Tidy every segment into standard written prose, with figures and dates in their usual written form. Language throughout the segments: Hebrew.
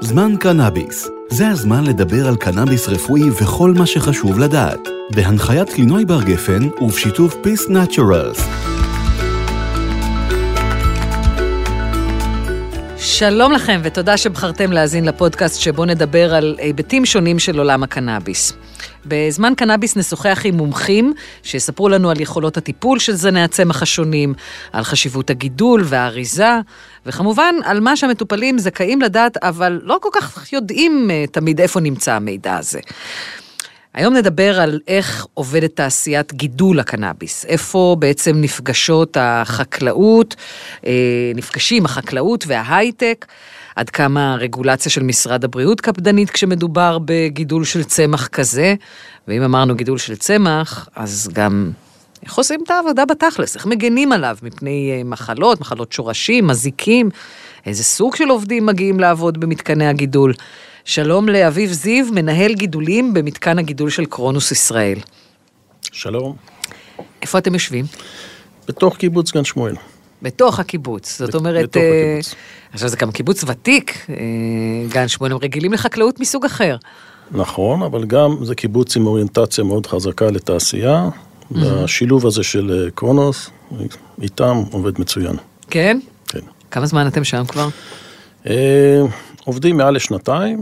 זמן קנאביס. זה הזמן לדבר על קנאביס רפואי וכל מה שחשוב לדעת. בהנחיית לינוי בר גפן ובשיתוף Peace Naturals. שלום לכם ותודה שבחרתם להאזין לפודקאסט שבו נדבר על היבטים שונים של עולם הקנאביס. בזמן קנאביס נשוחח עם מומחים שיספרו לנו על יכולות הטיפול של זני הצמח השונים, על חשיבות הגידול והאריזה, וכמובן על מה שהמטופלים זכאים לדעת, אבל לא כל כך יודעים תמיד איפה נמצא המידע הזה. היום נדבר על איך עובדת תעשיית גידול הקנאביס, איפה בעצם נפגשים החקלאות וההייטק, עד כמה הרגולציה של משרד הבריאות קפדנית כשמדובר בגידול של צמח כזה, ואם אמרנו גידול של צמח, אז גם איך עושים את העבודה בתכלס, איך מגנים עליו מפני מחלות שורשים, מזיקים, איזה סוג של עובדים מגיעים לעבוד במתקני הגידול. שלום לאביב זיו, מנהל גידולים במתקן הגידול של קרונוס ישראל. שלום. איפה אתם יושבים? בתוך קיבוץ גן שמואל. בתוך הקיבוץ, זאת אומרת... בתוך הקיבוץ. עכשיו זה גם קיבוץ ותיק, גן שמואל, הם רגילים לחקלאות מסוג אחר. נכון, אבל גם זה קיבוץ עם אוריינטציה מאוד חזקה לתעשייה, והשילוב הזה של קרונוס, איתם עובד מצוין. כן? כן. כמה זמן אתם שם כבר? עובדים מעל לשנתיים,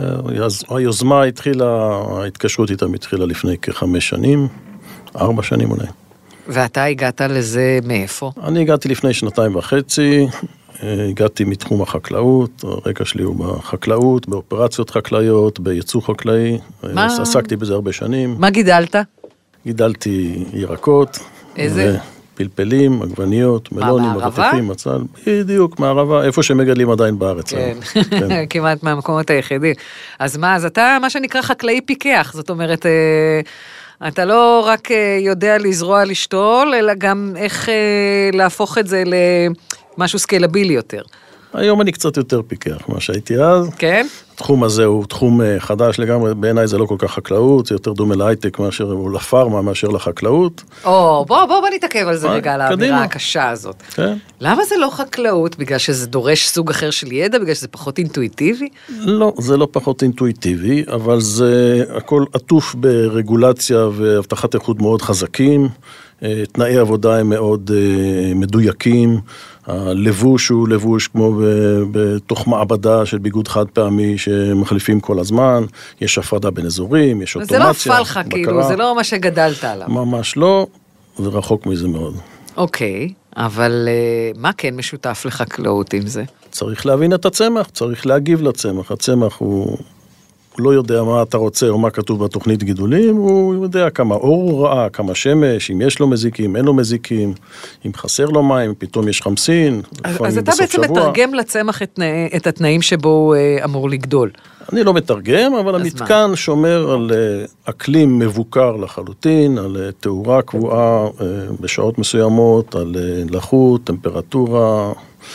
ההתקשרות איתם התחילה לפני כ5 שנים, 4 שנים אולי. ואתה הגעת לזה מאיפה? אני הגעתי לפני 2.5 שנים, הגעתי מתחום החקלאות, הרקע שלי הוא בחקלאות, באופרציות חקלאיות, בייצוא חקלאי, עסקתי בזה הרבה שנים. מה גידלת? גידלתי ירקות. איזה? פלפלים, עגבניות, מלונים, אבטיחים, מצל, בדיוק, מערבה, איפה שמגדלים עדיין בארץ. כן, כמעט מהמקומות היחידים. אז מה, אז אתה מה שנקרא חקלאי פיקח, זאת אומרת, אתה לא רק יודע לזרוע לשתול, אלא גם איך להפוך את זה למשהו סקיילבילי יותר. היום אני קצת יותר פיקח, מה שהייתי אז. כן? התחום הזה הוא תחום חדש לגמרי, בעיניי זה לא כל כך חקלאות, זה יותר דומה להייטק מאשר, או לפארמה מאשר לחקלאות. בוא נתעכב על זה רגע, על האמירה הקשה הזאת. כן. למה זה לא חקלאות? בגלל שזה דורש סוג אחר של ידע? בגלל שזה פחות אינטואיטיבי? לא, זה לא פחות אינטואיטיבי, אבל זה הכל עטוף ברגולציה והבטחת איכות מאוד חזקים, תנאי עבודה הם מאוד מדויקים, הלבוש הוא לבוש כמו בתוך מעבדה של ביגוד חד פעמי שמחליפים כל הזמן, יש הפרדה בין אזורים, יש אוטומציה. זה לא הפך לך כאילו, זה לא מה שגדלת עליו. ממש לא, זה רחוק מזה מאוד. אוקיי, אבל מה כן משותף לחקלאות עם זה? צריך להבין את הצמח, צריך להגיב לצמח. הצמח הוא לא יודע מה אתה רוצה או מה כתוב בתוכנית גידולים, הוא יודע כמה אור הוא ראה, כמה שמש, אם יש לו מזיקים, אין לו מזיקים, אם חסר לו מים, פתאום יש חמסין. אז אתה בעצם מתרגם לצמח את התנאים שבו הוא אמור לגדול. אני לא מתרגם, אבל המתקן שומר על אקלים מבוקר לחלוטין, על תאורה קבועה בשעות מסוימות, על לחות, טמפרטורה,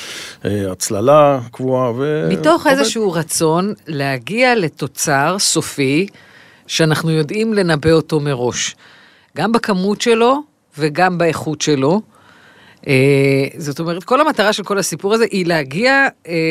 הצללה קבועה. מתוך איזשהו רצון להגיע לתוצר סופי, שאנחנו יודעים לנבא אותו מראש. גם בכמות שלו וגם באיכות שלו. זאת אומרת, כל המטרה של כל הסיפור הזה היא להגיע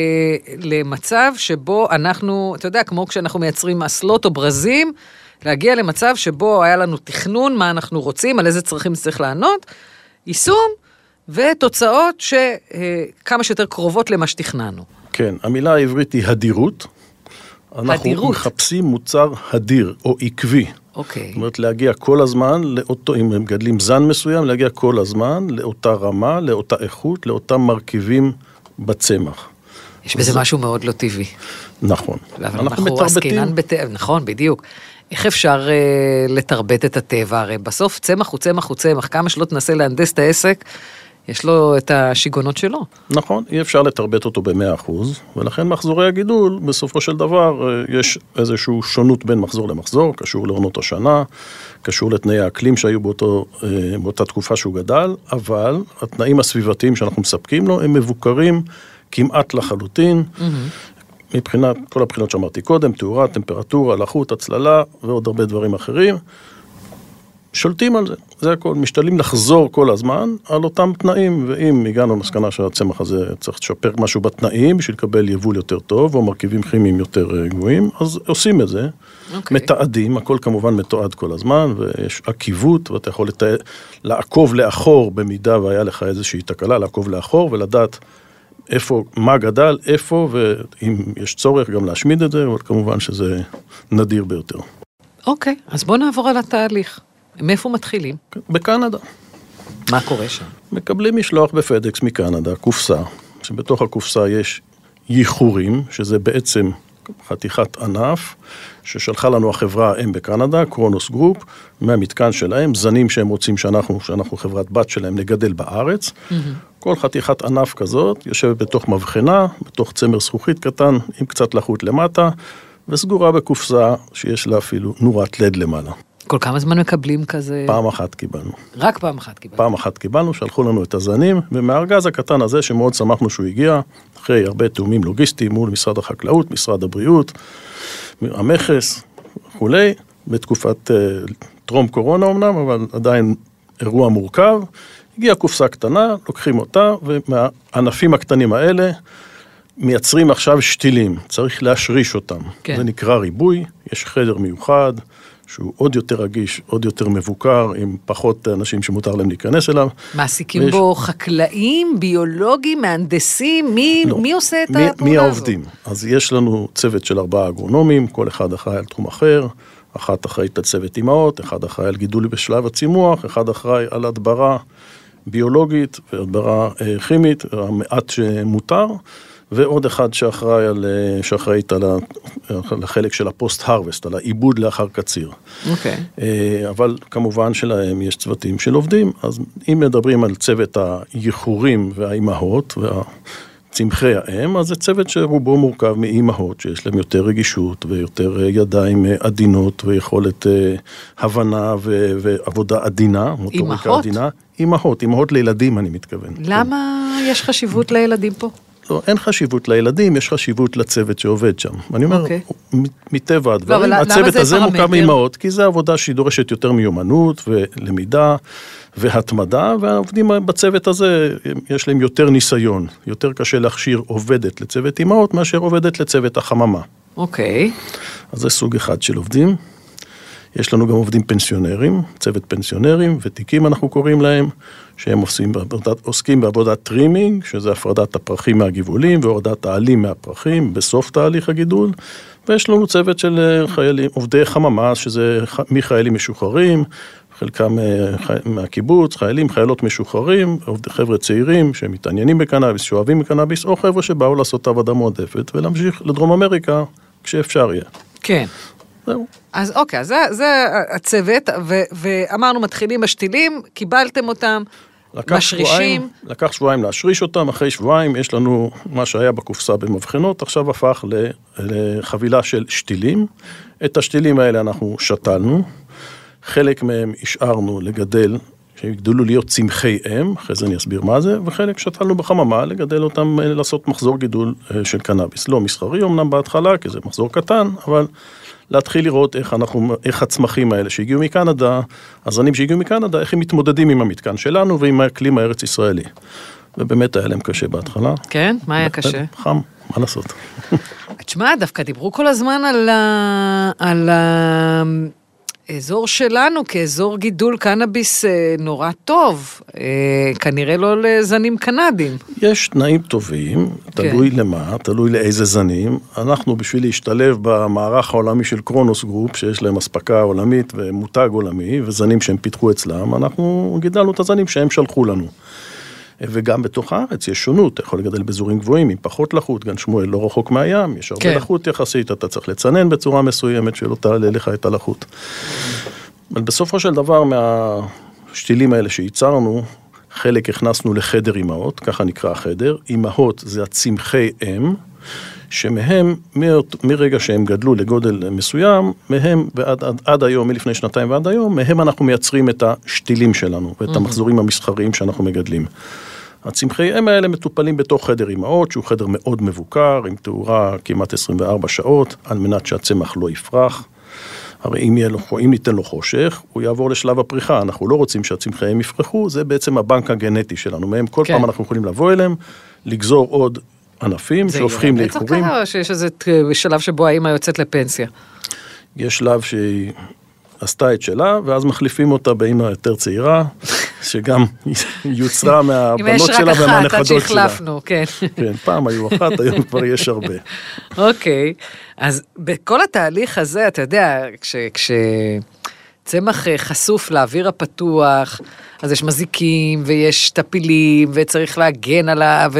למצב שבו אנחנו, אתה יודע, כמו כשאנחנו מייצרים אסלות או ברזים, להגיע למצב שבו היה לנו תכנון, מה אנחנו רוצים, על איזה צרכים צריך לענות, יישום ותוצאות שכמה שיותר קרובות למה שתכננו. כן, המילה העברית היא הדירות. אנחנו מחפשים מוצר הדיר או עקבי. אוקיי. זאת אומרת, להגיע כל הזמן לאותו, אם הם גדלים זן מסוים, להגיע כל הזמן לאותה רמה, לאותה איכות, לאותם מרכיבים בצמח. יש בזה משהו מאוד לא טבעי. נכון. אנחנו מתרבטים. נכון, בדיוק. איך אפשר לתרבט את הטבע? הרי בסוף צמח הוא צמח הוא צמח, כמה שלא תנסה להנדס את העסק, יש לו את השיגונות שלו. נכון, אי אפשר לתרבט אותו ב100%, ולכן מחזורי הגידול, בסופו של דבר, יש איזושהי שונות בין מחזור למחזור, קשור לעונות השנה, קשור לתנאי האקלים שהיו באותה תקופה שהוא גדל, אבל התנאים הסביבתיים שאנחנו מספקים לו, הם מבוקרים כמעט לחלוטין, מבחינת כל הבחינות שאמרתי קודם, תאורה, טמפרטורה, לחות, הצללה, ועוד הרבה דברים אחרים. שולטים על זה, זה הכל, משתדלים לחזור כל הזמן על אותם תנאים, ואם הגענו למסקנה שהצמח הזה צריך לשפר משהו בתנאים, בשביל לקבל יבול יותר טוב, או מרכיבים כימיים יותר גבוהים, אז עושים את זה, מתעדים, הכל כמובן מתועד כל הזמן, ויש עקיבות, ואתה יכול לעקוב לאחור, במידה והיה לך איזושהי תקלה, לעקוב לאחור, ולדעת איפה, מה גדל, איפה, ואם יש צורך גם להשמיד את זה, אבל כמובן שזה נדיר ביותר. אוקיי, אז בוא נעבור על התהליך. מאיפה מתחילים? בקנדה. מה קורה שם? מקבלים משלוח בפדקס מקנדה, קופסה, שבתוך הקופסה יש ייחורים, שזה בעצם חתיכת ענף, ששלחה לנו החברה האם בקנדה, קרונוס גרופ, מהמתקן שלהם, זנים שהם רוצים שאנחנו חברת בת שלהם נגדל בארץ. כל חתיכת ענף כזאת יושבת בתוך מבחנה, בתוך צמר זכוכית קטן, עם קצת לחות למטה, וסגורה בקופסה שיש לה אפילו נורת לד למעלה. כל כמה זמן מקבלים כזה? פעם אחת קיבלנו. רק פעם אחת קיבלנו? פעם אחת קיבלנו, שלחו לנו את הזנים, ומהארגז הקטן הזה שמאוד שמחנו שהוא הגיע, אחרי הרבה תאומים לוגיסטיים מול משרד החקלאות, משרד הבריאות, המכס וכולי, בתקופת טרום קורונה אמנם, אבל עדיין אירוע מורכב, הגיעה קופסה קטנה, לוקחים אותה, ומהענפים הקטנים האלה, מייצרים עכשיו שתילים, צריך להשריש אותם. כן. זה נקרא ריבוי, יש חדר מיוחד, שהוא עוד יותר רגיש, עוד יותר מבוקר, עם פחות אנשים שמותר להם להיכנס אליו. מעסיקים בו חקלאים, ביולוגים, מהנדסים, מי עושה את הפעולה הזאת? מי העובדים? אז יש לנו צוות של 4 אגרונומים, כל אחד אחראי על תחום אחר, אחת אחראית על צוות אימהות, אחד אחראי על גידול בשלב הצימוח, אחד אחראי על הדברה ביולוגית והדברה כימית, המעט שמותר, ועוד אחד שאחראית על החלק של הפוסט-הרווסט, על העיבוד לאחר קציר. אוקיי. אבל כמובן שלהם יש צוותים של עובדים, אז אם מדברים על צוות הייחורים והאימהות והצמחי האם, אז זה צוות שרובו מורכב מאימהות, שיש להם יותר רגישות ויותר ידיים עדינות ויכולת הבנה ועבודה עדינה, מוטוריקה עדינה. אימהות לילדים אני מתכוון. למה יש חשיבות לילדים פה? לא, אין חשיבות לילדים, יש חשיבות לצוות שעובד שם. אני אומר, מטבע הדברים, הצוות הזה מורכב מאימהות, כי זו עבודה שהיא דורשת יותר מיומנות ולמידה והתמדה, והעובדים בצוות הזה, יש להם יותר ניסיון, יותר קשה להכשיר עובדת לצוות אימהות, מאשר עובדת לצוות החממה. אוקיי. אז זה סוג אחד של עובדים. יש לנו גם עובדים פנסיונרים, צוות פנסיונרים, ותיקים אנחנו קוראים להם, שהם עוסקים בעבודת טרימינג, שזה הפרדת הפרחים מהגיבולים, והורדת העלים מהפרחים, בסוף תהליך הגידול, ויש לנו צוות של חיילים, עובדי חממה, שזה מחיילים משוחררים, חלקם מהקיבוץ, חיילות משוחררים, חבר'ה צעירים שמתעניינים בקנאביס, שאוהבים בקנאביס, או חבר'ה שבאו לעשות עבודה מועדפת, ולהמשיך לדרום אמריקה כשאפשר יהיה. כן. אז אוקיי, זה הצוות, ואמרנו מתחילים בשתילים, קיבלתם אותם, משרישים. לקח שבועיים להשריש אותם, אחרי שבועיים יש לנו מה שהיה בקופסה במבחנות, עכשיו הפך לחבילה של שתילים. את השתילים האלה אנחנו שתלנו, חלק מהם השארנו לגדל, שיגדלו להיות צמחי אם, אחרי זה אני אסביר מה זה, וחלק שתלנו בחממה לגדל אותם, לעשות מחזור גידול של קנאביס. לא מסחרי אמנם בהתחלה, כי זה מחזור קטן, אבל להתחיל לראות איך הצמחים האלה שהגיעו מקנדה, הזנים שהגיעו מקנדה, איך הם מתמודדים עם המתקן שלנו ועם האקלים הארץ ישראלי. ובאמת היה להם קשה בהתחלה. כן? מה היה קשה? חם, מה לעשות? תשמע, דווקא דיברו כל הזמן על האזור שלנו כאזור גידול קנאביס נורא טוב, כנראה לא לזנים קנדים. יש תנאים טובים, תלוי למה, תלוי לאיזה זנים. אנחנו בשביל להשתלב במערך העולמי של קרונוס גרופ, שיש להם הספקה עולמית ומותג עולמי, וזנים שהם פיתחו אצלם, אנחנו גידלנו את הזנים שהם שלחו לנו. וגם בתוך הארץ יש שונות, אתה יכול לגדל באזורים גבוהים, עם פחות לחות, גן שמואל לא רחוק מהים, יש הרבה לחות יחסית, אתה צריך לצנן בצורה מסוימת שלא תעלה לך את הלחות. אבל בסופו של דבר מהשתילים האלה שייצרנו, חלק הכנסנו לחדר אימהות, ככה נקרא החדר, אימהות זה הצמחי אם, שמהם, מרגע שהם גדלו לגודל מסוים, מהם ועד היום, מלפני שנתיים ועד היום, מהם אנחנו מייצרים את השתילים שלנו, ואת המחזורים המסחריים שאנחנו מגדלים. הצמחי אם האלה מטופלים בתוך חדר אימהות, שהוא חדר מאוד מבוקר, עם תאורה כמעט 24 שעות, על מנת שהצמח לא יפרח, הרי אם ניתן לו חושך, הוא יעבור לשלב הפריחה, אנחנו לא רוצים שהצמחיהם יפרחו, זה בעצם הבנק הגנטי שלנו, מהם כל פעם אנחנו יכולים לבוא אליהם, לגזור עוד ענפים שהופכים לאיחורים. זה קרה או שיש איזה שלב שבו האמא יוצאת לפנסיה? יש שלב שהיא עשתה את שלה, ואז מחליפים אותה באמא יותר צעירה, שגם יוצרה מהבנות שלה ומהנכדות שלה. אם יש רק אחת, עד שהחלפנו, כן. כן, פעם היו אחת, היום כבר יש הרבה. אוקיי, אז בכל התהליך הזה, אתה יודע, כשצמח חשוף לאוויר הפתוח, אז יש מזיקים, ויש טפילים, וצריך להגן עליו,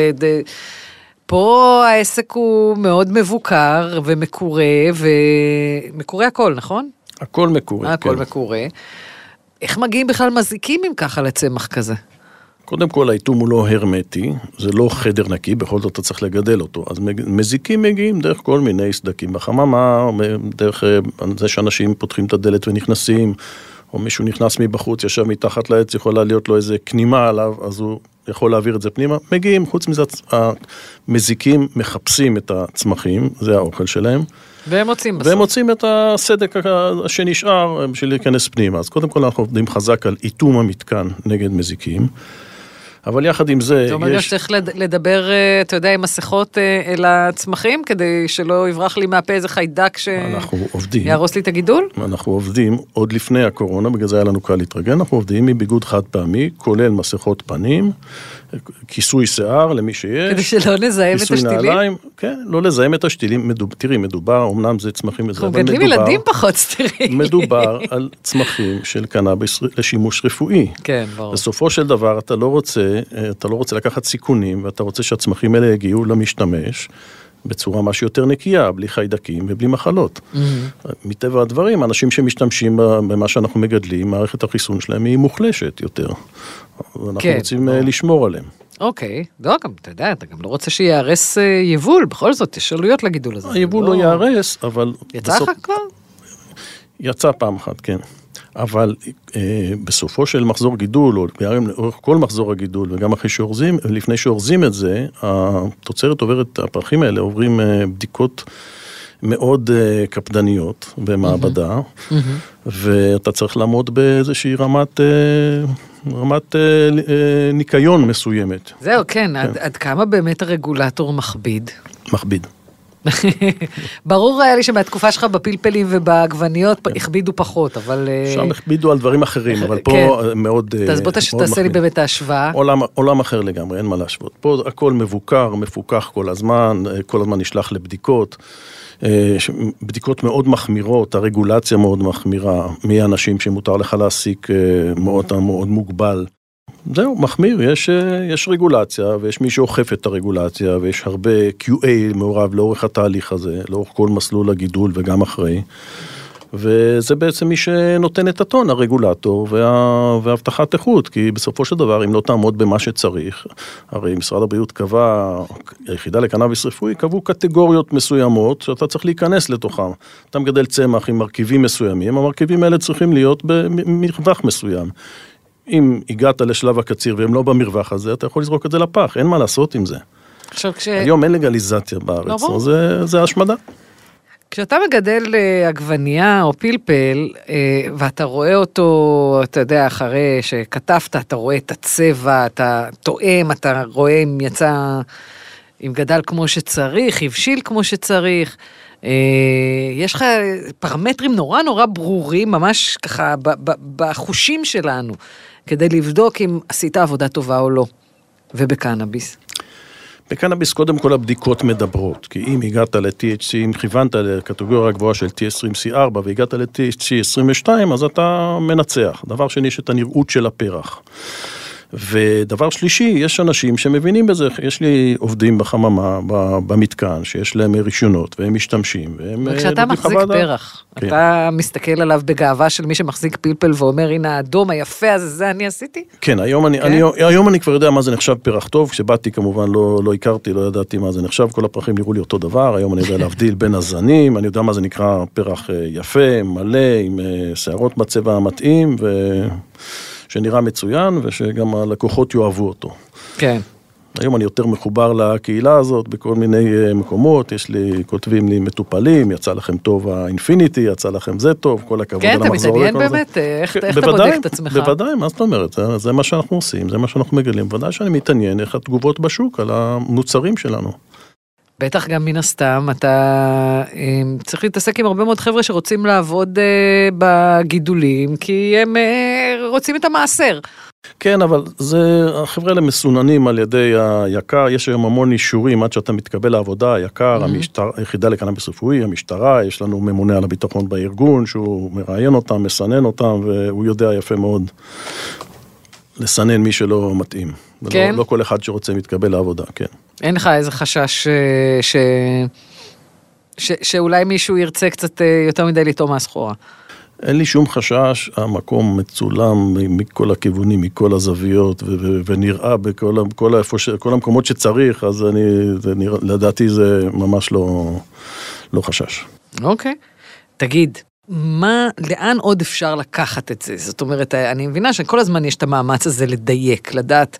פה העסק הוא מאוד מבוקר ומקורה, ומקורה הכל, נכון? הכל מקורה. הכל מקורה. איך מגיעים בכלל מזיקים אם ככה לצמח כזה? קודם כל, האיתום הוא לא הרמטי, זה לא חדר נקי, בכל זאת אתה צריך לגדל אותו. אז מזיקים מגיעים דרך כל מיני סדקים בחממה, דרך זה שאנשים פותחים את הדלת ונכנסים, או מישהו נכנס מבחוץ, ישב מתחת לעץ, יכולה להיות לו איזה כנימה עליו, אז הוא יכול להעביר את זה פנימה. מגיעים, חוץ מזה, המזיקים מחפשים את הצמחים, זה האוכל שלהם. והם מוצאים בסוף. והם מוצאים את הסדק שנשאר בשביל להיכנס פנימה. אז קודם כל אנחנו עובדים חזק על איתום המתקן נגד מזיקים. אבל יחד עם זה... זאת אומרת שצריך לדבר, אתה יודע, עם מסכות אל הצמחים, כדי שלא יברח לי מהפה איזה חיידק שיהרוס לי את הגידול? אנחנו עובדים עוד לפני הקורונה, בגלל זה היה לנו קל להתרגל, אנחנו עובדים מביגוד חד פעמי, כולל מסכות פנים, כיסוי שיער למי שיש. כדי שלא נזהם את השתילים? נעליים, כן, לא לזהם את השתילים. תראי, מדובר, אמנם זה צמחים... אנחנו מגדלים ילדים פחות סתירים. מדובר על צמחים של קנאביס לשימוש רפואי. כן, ברור. בסופו של דבר, אתה לא רוצה לקחת סיכונים, ואתה רוצה שהצמחים האלה יגיעו למשתמש בצורה משהו יותר נקייה, בלי חיידקים ובלי מחלות. מטבע הדברים, אנשים שמשתמשים במה שאנחנו מגדלים, מערכת החיסון שלהם היא מוחלשת יותר. ואנחנו רוצים לשמור עליהם. אוקיי, לא, גם, אתה יודע, אתה גם לא רוצה שיערס יבול, בכל זאת, יש עלויות לגידול הזה. היבול לא יערס, אבל... יצא לך כבר? יצא פעם אחת, כן. אבל בסופו של מחזור גידול, או לאורך כל מחזור הגידול, וגם אחרי שאורזים, לפני שאורזים את זה, התוצרת עוברת, הפרחים האלה עוברים בדיקות מאוד קפדניות במעבדה, ואתה צריך לעמוד באיזושהי רמת ניקיון מסוימת. זהו, כן, עד כמה באמת הרגולטור מכביד? מכביד. ברור היה לי שמהתקופה שלך בפלפלים ובעגבניות הכבידו פחות, אבל... שם הכבידו על דברים אחרים, אבל פה מאוד... אז בוא תעשה לי באמת ההשוואה. עולם אחר לגמרי, אין מה להשוות. פה הכל מבוקר, מפוקח כל הזמן נשלח לבדיקות, בדיקות מאוד מחמירות, הרגולציה מאוד מחמירה, מי האנשים שמותר לך להעסיק מאוד מוגבל. זהו, מחמיר, יש רגולציה, ויש מי שאוכף את הרגולציה, ויש הרבה QA מעורב לאורך התהליך הזה, לאורך כל מסלול הגידול וגם אחרי, וזה בעצם מי שנותן את הטון, הרגולטור והבטחת איכות, כי בסופו של דבר, אם לא תעמוד במה שצריך, הרי משרד הבריאות קבע, היחידה לקנאביס רפואי, קבעו קטגוריות מסוימות, שאתה צריך להיכנס לתוכם. אתה מגדל צמח עם מרכיבים מסוימים, המרכיבים האלה צריכים להיות במרווח מסוים. אם הגעת לשלב הקציר והם לא במרווח הזה, אתה יכול לזרוק את זה לפח, אין מה לעשות עם זה. היום אין לגליזציה בארץ, זה השמדה. כשאתה מגדל עגבנייה או פלפל, ואתה רואה אותו, אתה יודע, אחרי שכתבת, אתה רואה את הצבע, אתה תואם, אתה רואה אם יצא, אם גדל כמו שצריך, הבשיל כמו שצריך, יש לך פרמטרים נורא נורא ברורים, ממש ככה בחושים שלנו, כדי לבדוק אם עשית עבודה טובה או לא, ובקנאביס. בקנאביס קודם כל הבדיקות מדברות, כי אם הגעת ל-THC, אם כיוונת לקטגוריה גבוהה של T20C4 והגעת ל-THC 22, אז אתה מנצח. דבר שני, יש את הנראות של הפרח. ודבר שלישי, יש אנשים שמבינים בזה, יש לי עובדים בחממה, במתקן, שיש להם רישיונות, והם משתמשים, וכשאתה מחזיק פרח, אתה מסתכל עליו בגאווה של מי שמחזיק פלפל, ואומר, הנה האדום היפה הזה, זה אני עשיתי? כן, היום אני כבר יודע מה זה נחשב פרח טוב, כשבאתי כמובן לא הכרתי, לא ידעתי מה זה נחשב, כל הפרחים נראו לי אותו דבר, היום אני יודע להבדיל בין הזנים, אני יודע מה זה נקרא פרח יפה, מלא, עם שערות בצבע המתאים, שנראה מצוין, ושגם הלקוחות יאהבו אותו. כן. היום אני יותר מחובר לקהילה הזאת בכל מיני מקומות, כותבים לי מטופלים, יצא לכם טוב האינפיניטי, יצא לכם זה טוב, כל הכבוד על המחזור. כן, אתה מתעניין באמת, איך אתה בודק את עצמך? בוודאי, מה זאת אומרת? זה מה שאנחנו עושים, זה מה שאנחנו מגלים. בוודאי שאני מתעניין איך התגובות בשוק על המוצרים שלנו. בטח גם מן הסתם, אתה צריך להתעסק עם הרבה מאוד חבר'ה שרוצים לעבוד בגידולים, כי הם רוצים את המעשר. כן, אבל החבר'ה האלה מסוננים על ידי היקר, יש היום המון אישורים עד שאתה מתקבל לעבודה, היקר, היחידה לקנאביס רפואי, המשטרה, יש לנו ממונה על הביטחון בארגון, שהוא מראיין אותם, מסנן אותם, והוא יודע יפה מאוד לסנן מי שלא מתאים. כן? לא כל אחד שרוצה מתקבל לעבודה, כן. אין לך איזה חשש שאולי מישהו ירצה קצת יותר מדי לטעום מהסחורה? אין לי שום חשש, המקום מצולם מכל הכיוונים, מכל הזוויות, ונראה בכל המקומות שצריך, אז לדעתי זה ממש לא חשש. אוקיי. תגיד, לאן עוד אפשר לקחת את זה? זאת אומרת, אני מבינה שכל הזמן יש את המאמץ הזה לדייק, לדעת,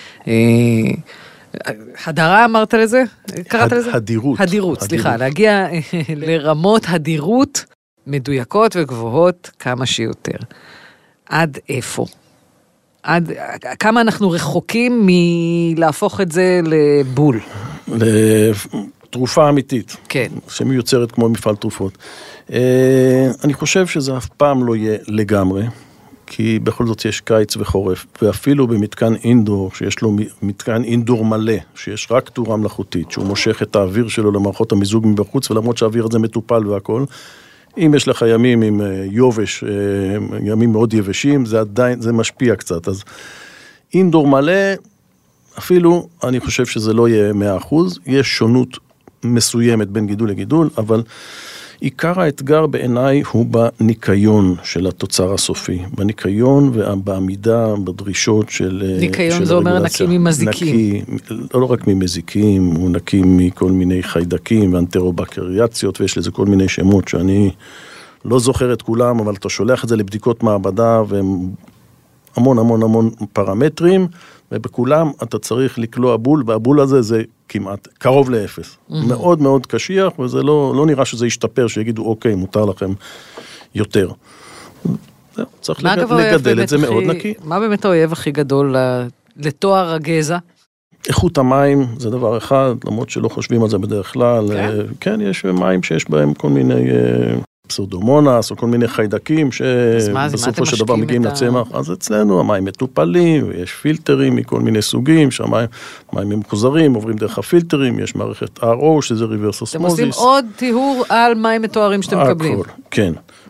הדרה אמרת לזה? קראת לזה? הדירות, סליחה, להגיע לרמות הדירות, מדויקות וגבוהות כמה שיותר. עד איפה? כמה אנחנו רחוקים מלהפוך את זה לבול? לתרופה אמיתית. כן. שמיוצרת כמו מפעל תרופות. אני חושב שזה אף פעם לא יהיה לגמרי, כי בכל זאת יש קיץ וחורף, ואפילו במתקן אינדור, שיש לו מתקן אינדור מלא, שיש רק תאורה מלאכותית, שהוא מושך את האוויר שלו למערכות המיזוג מבחוץ, ולמרות שהאוויר הזה מטופל והכל, אם יש לך ימים עם יובש, ימים מאוד יבשים, זה עדיין, זה משפיע קצת. אז אינדור מלא, אפילו אני חושב שזה לא יהיה 100%, יש שונות מסוימת בין גידול לגידול, אבל עיקר האתגר בעיניי הוא בניקיון של התוצר הסופי, בניקיון ובעמידה בדרישות של ניקיון זה אומר נקי ממזיקים. לא רק ממזיקים, הוא נקי מכל מיני חיידקים ואנטרובקטריאציות, ויש לזה כל מיני שמות שאני לא זוכר את כולם, אבל אתה שולח את זה לבדיקות מעבדה, והם המון המון המון פרמטרים, ובכולם אתה צריך לקלוע בול, והבול הזה זה כמעט קרוב לאפס. מאוד מאוד קשיח, וזה לא נראה שזה ישתפר, שיגידו, אוקיי, מותר לכם יותר. צריך לגדל את זה מאוד נקי. מה באמת האויב הכי גדול לתואר הגזע? איכות המים זה דבר אחד, למרות שלא חושבים על זה בדרך כלל. כן, יש מים שיש בהם כל מיני פסודומונס, או כל מיני חיידקים, שבסופו של דבר מגיעים לצמח. אז אצלנו המים מטופלים, ויש פילטרים מכל מיני סוגים, שהמים ממוחזרים, עוברים דרך הפילטרים, יש מערכת RO, שזה ריברס אוסמוזיס. אתם עושים עוד טיהור על מים מתוארים שאתם מקבלים. כן.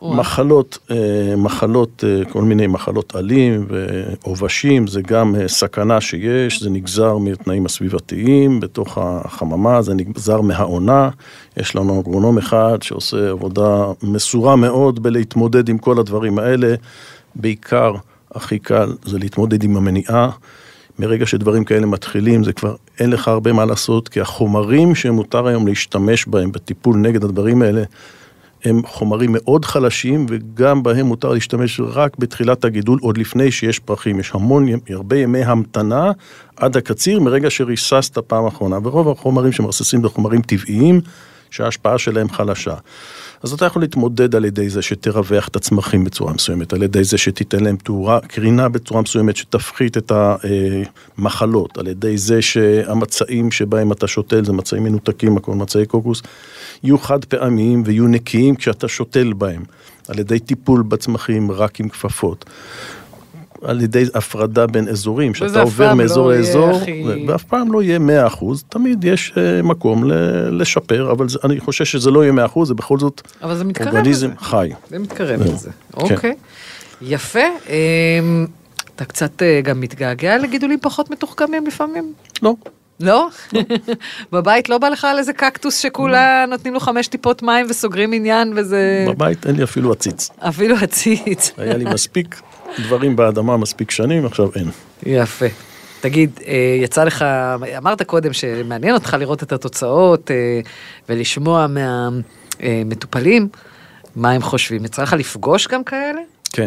מחלות, כל מיני מחלות עלים ועובשים, זה גם סכנה שיש, זה נגזר מהתנאים הסביבתיים בתוך החממה, זה נגזר מהעונה, יש לנו אגרונום אחד שעושה עבודה מסורה מאוד בלהתמודד עם כל הדברים האלה, בעיקר הכי קל זה להתמודד עם המניעה, מרגע שדברים כאלה מתחילים, זה כבר אין לך הרבה מה לעשות, כי החומרים שמותר היום להשתמש בהם בטיפול נגד הדברים האלה, הם חומרים מאוד חלשים, וגם בהם מותר להשתמש רק בתחילת הגידול, עוד לפני שיש פרחים. יש הרבה ימי המתנה עד הקציר, מרגע שריססת פעם האחרונה. ורוב החומרים שמרססים זה חומרים טבעיים, שההשפעה שלהם חלשה. אז אתה יכול להתמודד על ידי זה שתרווח את הצמחים בצורה מסוימת, על ידי זה שתיתן להם קרינה בצורה מסוימת, שתפחית את המחלות, על ידי זה שהמצעים שבהם אתה שותל, זה מצעים מנותקים, הכל מצעי קוקוס, יהיו חד פעמיים ויהיו נקיים כשאתה שותל בהם, על ידי טיפול בצמחים רק עם כפפות, על ידי הפרדה בין אזורים, שאתה עובר מאזור לאזור, ואף פעם לא יהיה 100%, תמיד יש מקום לשפר, אבל אני חושב שזה לא יהיה 100%, זה בכל זאת אורגניזם חי. זה מתקרב לזה, אוקיי. יפה, אתה קצת גם מתגעגע לגידולים פחות מתוחכמים לפעמים? לא. לא? בבית לא בא לך על איזה קקטוס שכולה נותנים לו 5 טיפות מים וסוגרים עניין וזה... בבית אין לי אפילו עציץ. אפילו עציץ. היה לי מספיק דברים באדמה מספיק שנים, עכשיו אין. יפה. תגיד, יצא לך, אמרת קודם שמעניין אותך לראות את התוצאות ולשמוע מהמטופלים, מה הם חושבים? יצא לך לפגוש גם כאלה? כן.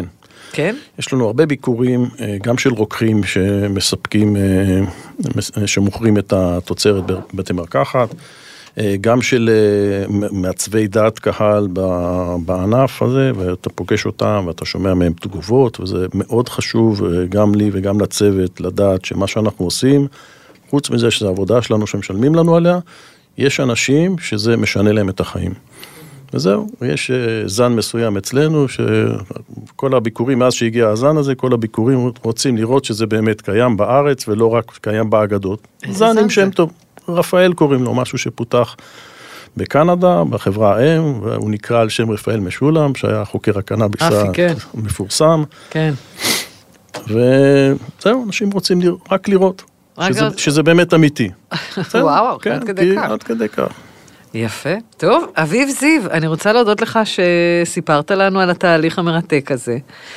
כן? יש לנו הרבה ביקורים, גם של רוקחים שמספקים, שמוכרים את התוצרת בבתי מרקחת, גם של מעצבי דעת קהל בענף הזה, ואתה פוגש אותם ואתה שומע מהם תגובות, וזה מאוד חשוב גם לי וגם לצוות לדעת שמה שאנחנו עושים, חוץ מזה שזו עבודה שלנו שמשלמים לנו עליה, יש אנשים שזה משנה להם את החיים. וזהו, יש זן מסוים אצלנו, שכל הביקורים, מאז שהגיע הזן הזה, כל הביקורים רוצים לראות שזה באמת קיים בארץ, ולא רק קיים באגדות. זנים שהם טוב. רפאל קוראים לו, משהו שפותח בקנדה, בחברה האם, והוא נקרא על שם רפאל משולם, שהיה חוקר הקנאביס המפורסם. כן. וזהו, אנשים רוצים רק לראות, שזה באמת אמיתי. וואו, עד כדי כך. עד כדי כך. יפה. טוב, אביב זיו, אני רוצה להודות לך שסיפרת לנו על התהליך המרתק הזה.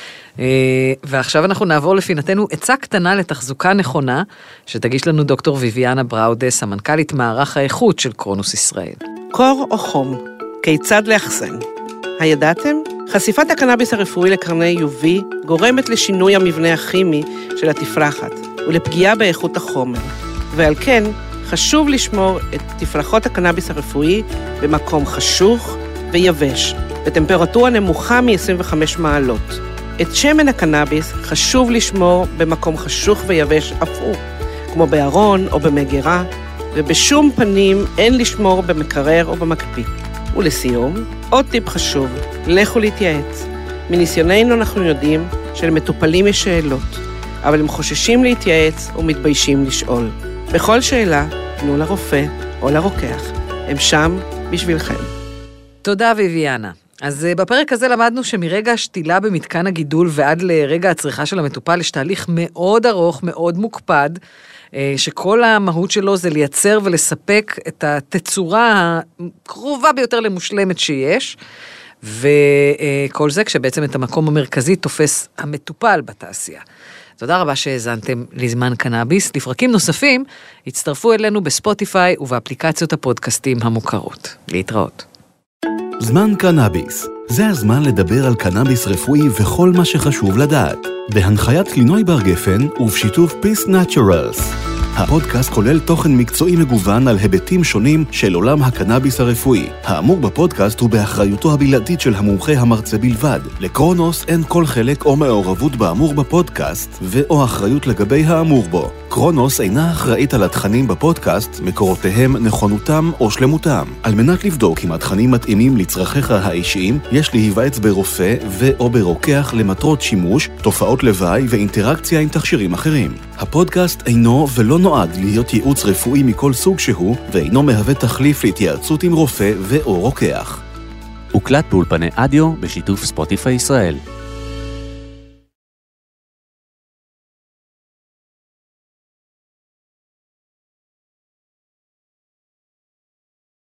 ועכשיו אנחנו נעבור לפינתנו עצה קטנה לתחזוקה נכונה, שתגיש לנו דוקטור ויביאנה בראודה, סמנכ"לית מערך האיכות של קרונוס ישראל. קור או חום, כיצד לאחסן? הידעתם? חשיפת הקנאביס הרפואי לקרני UV גורמת לשינוי המבנה הכימי של התפרחת ולפגיעה באיכות החומר, ועל כן חשוב לשמור את תפרחות הקנאביס הרפואי במקום חשוך ויבש, בטמפרטורה נמוכה מ-25 מעלות. את שמן הקנאביס חשוב לשמור במקום חשוך ויבש אף הוא, כמו בארון או במגירה, ובשום פנים אין לשמור במקרר או במקפיא. ולסיום, עוד טיפ חשוב, לכו להתייעץ. מניסיוננו אנחנו יודעים שלמטופלים יש שאלות, אבל הם חוששים להתייעץ ומתביישים לשאול. בכל שאלה, תנו לרופא או לרוקח. הם שם בשבילכם. תודה ויביאנה. אז בפרק הזה למדנו שמרגע השתילה במתקן הגידול ועד לרגע הצריכה של המטופל יש תהליך מאוד ארוך, מאוד מוקפד, שכל המהות שלו זה לייצר ולספק את התצורה הקרובה ביותר למושלמת שיש, וכל זה כשבעצם את המקום המרכזי תופס המטופל בתעשייה. תודה רבה שהזנתם לזמן קנאביס. לפרקים נוספים הצטרפו אלינו בספוטיפיי ובאפליקציות הפודקאסטים המוכרות. להתראות. זמן קנאביס. זה הזמן לדבר על קנאביס רפואי וכל מה שחשוב לדעת. בהנחיית לינוי בר גפן ובשיתוף Peace Naturals. הפודקאסט כולל תוכן מקצועי מגוון על היבטים שונים של עולם הקנאביס הרפואי. האמור בפודקאסט הוא באחריותו הבלעדית של המומחה המרצה בלבד. לקרונוס אין כל חלק או מעורבות באמור בפודקאסט ואו אחריות לגבי האמור בו. קרונוס אינה אחראית על התכנים בפודקאסט, מקורותיהם, נכונותם או שלמותם. על מנת לבדוק אם התכנים מתאימים לצרכיך האישיים, יש להיוועץ ברופא ו/או ברוקח למטרות שימוש, תופעות לוואי ואינטראקציה עם תכשירים אחרים. הפודקאסט אינו ולא נועד להיות ייעוץ רפואי מכל סוג שהוא, ואינו מהווה תחליף להתייעצות עם רופא ו/או רוקח. הוקלט באולפני אדיו בשיתוף ספוטיפיי ישראל.